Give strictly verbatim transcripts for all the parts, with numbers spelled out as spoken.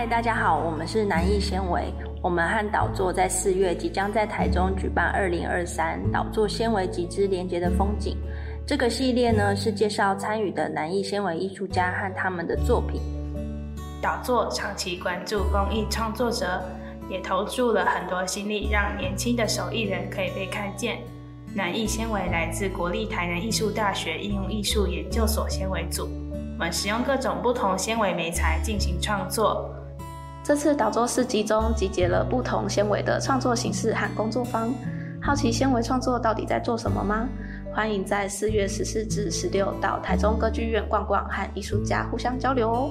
嗨，大家好，我们是南艺纤维。我们和导座在四月即将在台中举办二零二三导座纤维集之连结的风景。这个系列呢是介绍参与的南艺纤维艺术家和他们的作品。 导座长期关注公益创作者，也投注了很多心力，让年轻的手艺人可以被看见。南艺纤维来自国立台南艺术大学应用艺术研究所纤维组，我们使用各种不同纤维媒材进行创作。 这次导座市集中集结了不同纤维的创作形式和工作坊。好奇纤维创作到底在做什么吗？欢迎在四月十四至十六到台中歌剧院逛逛，和艺术家互相交流哦。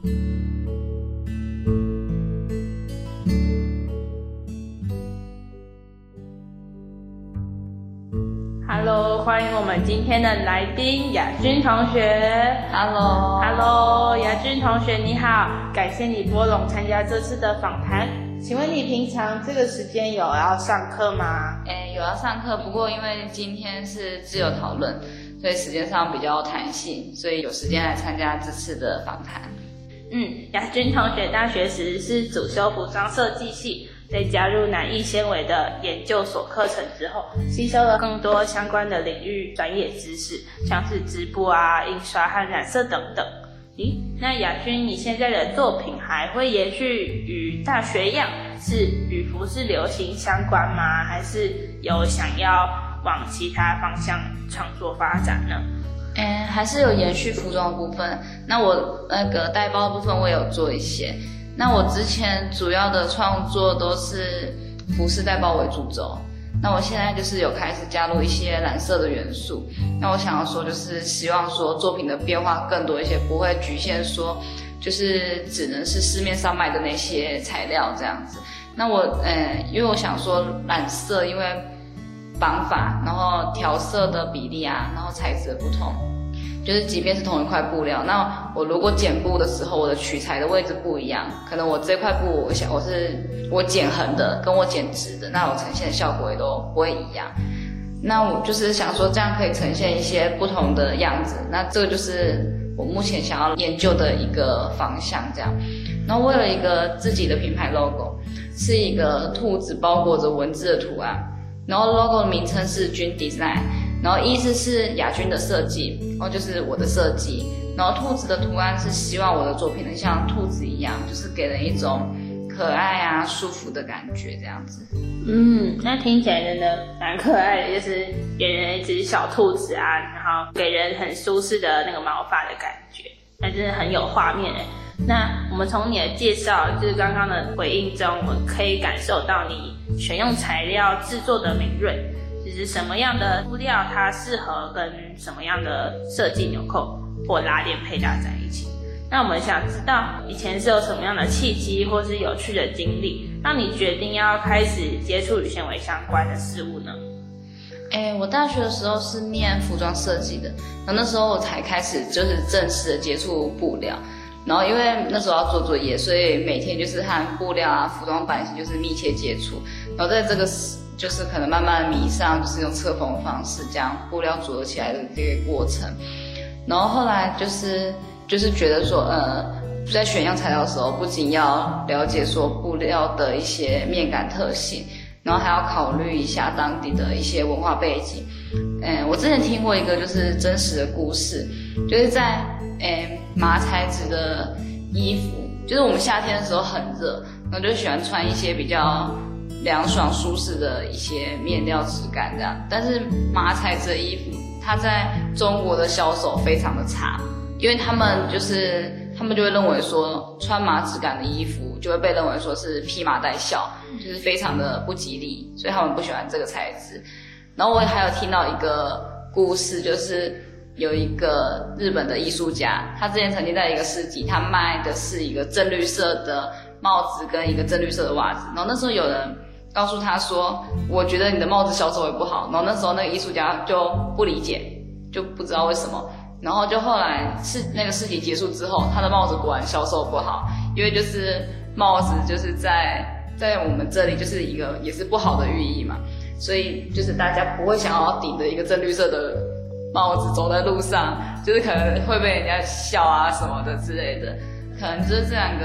Hello， 欢迎我们今天的来宾雅君同学。Hello，Hello， 雅君同学你好，感谢你拨冗参加这次的访谈。请问你平常这个时间有要上课吗？ 诶，有要上课，不过因为今天是自由讨论，所以时间上比较弹性，所以有时间来参加这次的访谈。 嗯，雅君同学大学时是主修服装设计系。在加入南艺纤维的研究所课程之后，吸收了更多相关的领域专业知识，像是织布啊、印刷和染色等等。咦，那雅君，你现在的作品还会延续与大学一样，是与服饰流行相关吗？还是有想要往其他方向创作发展呢？ 嗯，还是有延续服装的部分。那我那个带包的部分我也有做一些。那我之前主要的创作都是服饰带包为主轴，那我现在就是有开始加入一些染色的元素。那我想要说就是希望说作品的变化更多一些，不会局限说就是只能是市面上卖的那些材料这样子。那我呃，因为我想说染色因为绑法，然后调色的比例啊，然后材质的不同，就是即便是同一块布料，那我如果剪布的时候，我的取材的位置不一样，可能我这块布我想我是我剪横的，跟我剪直的，那我呈现的效果也都不会一样。那我就是想说，这样可以呈现一些不同的样子。那这个就是我目前想要研究的一个方向，这样。然后我有一个自己的品牌 logo， 是一个兔子包裹着文字的图案，然后 logo 的名称是君 Design。然后意思是雅君的设计，然后就是我的设计，然后兔子的图案是希望我的作品能像兔子一样，就是给人一种可爱啊、舒服的感觉这样子。 嗯，那听起来真的蛮可爱的，就是给人一只小兔子啊，然后给人很舒适的那个毛发的感觉，那真的很有画面诶。那我们从你的介绍，就是刚刚的回应中，我们可以感受到你选用材料制作的敏锐。就是什么样的布料它适合跟什么样的设计纽扣或拉链配搭在一起。那我们想知道以前是有什么样的契机或是有趣的经历，让你决定要开始接触与纤维相关的事物呢？ 诶，我大学的时候是念服装设计的，然后那时候我才开始就是正式的接触布料。然后因为那时候要做作业，所以每天就是和布料啊、服装版型就是密切接触。然后在这个就是可能慢慢迷上，就是用侧缝的方式将布料组合起来的这个过程。然后后来就是就是觉得说，呃，在选样材料的时候，不仅要了解说布料的一些面感特性，然后还要考虑一下当地的一些文化背景。嗯，我之前听过一个就是真实的故事，就是在嗯麻材质的衣服，就是我们夏天的时候很热，然后就喜欢穿一些比较凉爽舒适的一些面料质感这样，但是麻材质的衣服它在中国的销售非常的差，因为他们就是他们就会认为说穿麻质感的衣服就会被认为说是披麻戴孝，就是非常的不吉利，所以他们不喜欢这个材质。然后我还有听到一个故事，就是有一个日本的艺术家，他之前曾经在一个市集，他卖的是一个正绿色的帽子跟一个正绿色的袜子，然后那时候有人告诉他说，我觉得你的帽子销售也不好，然后那时候那个艺术家就不理解，就不知道为什么，然后就后来是那个市集结束之后，他的帽子果然销售不好，因为就是帽子就是在在我们这里就是一个也是不好的寓意嘛，所以就是大家不会想要顶着一个正绿色的帽子走在路上，就是可能会被人家笑啊什么的之类的，可能就是这两个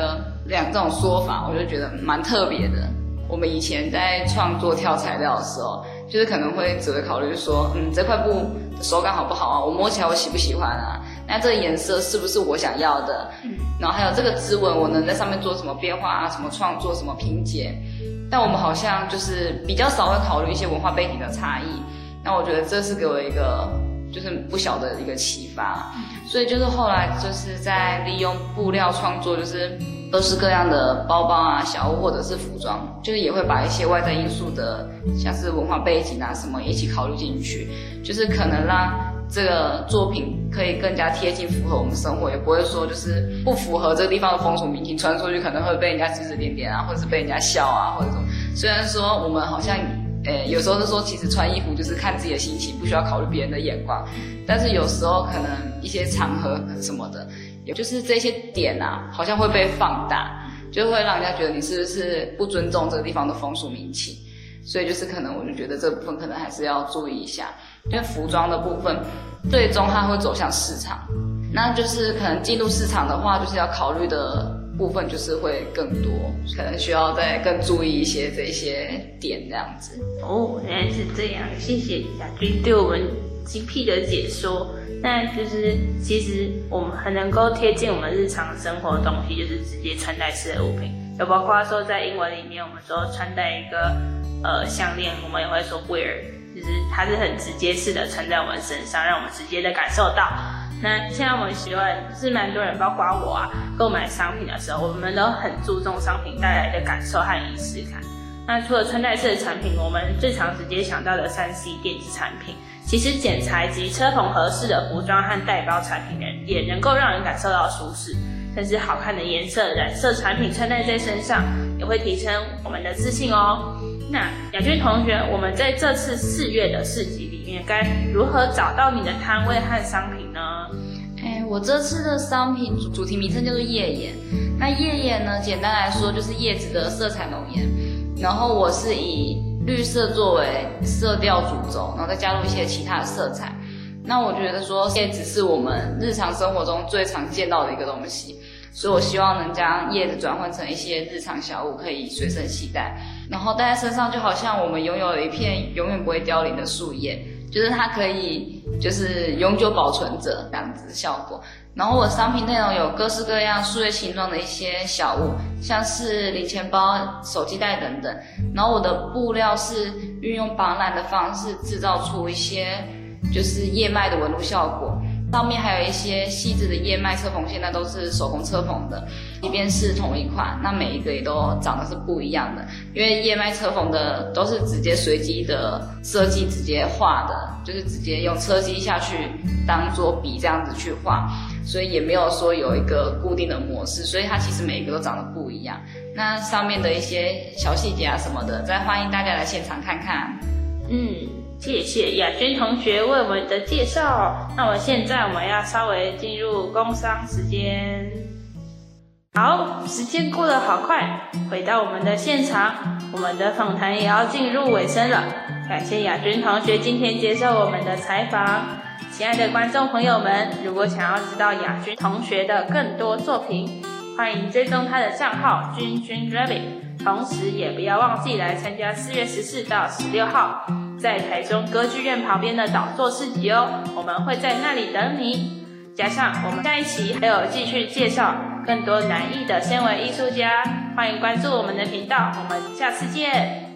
两这种说法，我就觉得蛮特别的。我们以前在创作挑材料的时候，就是可能会只会考虑说，嗯，这块布的手感好不好啊？我摸起来我喜不喜欢啊？那这个颜色是不是我想要的？嗯，然后还有这个织纹，我能在上面做什么变化啊？什么创作？什么拼接？但我们好像就是比较少会考虑一些文化背景的差异。那我觉得这是给我一个就是不小的一个启发。所以就是后来就是在利用布料创作，就是各式各样的包包啊、小物或者是服装，就是也会把一些外在因素的，像是文化背景啊什么一起考虑进去，就是可能让这个作品可以更加贴近符合我们生活，也不会说就是不符合这个地方的风俗民情，穿出去可能会被人家指指点点啊，或者是被人家笑啊，或者什么。虽然说我们好像呃，有时候是说，其实穿衣服就是看自己的心情，不需要考虑别人的眼光。但是有时候可能一些场合什么的，也就是这些点啊，好像会被放大，就会让人家觉得你是不是不尊重这个地方的风俗民情。所以就是可能我就觉得这部分可能还是要注意一下，因为服装的部分最终它会走向市场，那就是可能进入市场的话，就是要考虑的部分就是会更多，可能需要再更注意一些这些点这样子。 哦，原来是这样，谢谢雅君对我们精辟的解说。那就是其实我们很能够贴近我们日常生活的东西，就是直接穿戴式的物品，就包括说在英文里面，我们说穿戴一个呃项链，我们也会说 wear， 就是它是很直接式的穿在我们身上，让我们直接的感受到。那现在我们习惯是蛮多人，包括我啊，购买商品的时候，我们都很注重商品带来的感受和仪式感。那除了穿戴式的产品，我们最常直接想到的 三 C 电子产品，其实剪裁及车缝合适的服装和带包产品也能够让人感受到舒适，甚至好看的颜色、染色产品穿戴在身上，也会提升我们的自信哦。那雅君同学，我们在这次四月的市集里面，该如何找到你的摊位和商品呢？ 哎，我这次的商品主主题名称叫做叶眼。那叶眼呢，简单来说就是叶子的色彩浓颜。然后我是以绿色作为色调主轴，然后再加入一些其他的色彩。那我觉得说叶子是我们日常生活中最常见到的一个东西，所以我希望能将叶子转换成一些日常小物，可以随身携带，然后戴在身上，就好像我们拥有了一片永远不会凋零的树叶，就是它可以就是永久保存着这样子的效果。然后我的商品内容有各式各样树叶形状的一些小物，像是零钱包、手机袋等等。然后我的布料是运用绑染的方式制造出一些就是叶脉的纹路效果，上面还有一些细致的叶脉车缝线，那都是手工车缝的。即便是同一款，那每一个也都长得是不一样的，因为叶脉车缝的都是直接随机的设计，直接画的，就是直接用车机下去当做笔这样子去画，所以也没有说有一个固定的模式，所以它其实每一个都长得不一样。那上面的一些小细节啊什么的，再欢迎大家来现场看看。 嗯，谢谢雅君同学为我们的介绍。那我现在我们要稍微进入工商时间。好，时间过得好快，回到我们的现场，我们的访谈也要进入尾声了。感谢雅君同学今天接受我们的采访。亲爱的观众朋友们，如果想要知道雅君同学的更多作品，欢迎追踪他的账号君君 Rabbit， 同时也不要忘记来参加四月十四到十六号在台中歌剧院旁边的导座市集哦，我们会在那里等你。加上我们下一期还有继续介绍更多南艺的纤维艺术家，欢迎关注我们的频道，我们下次见。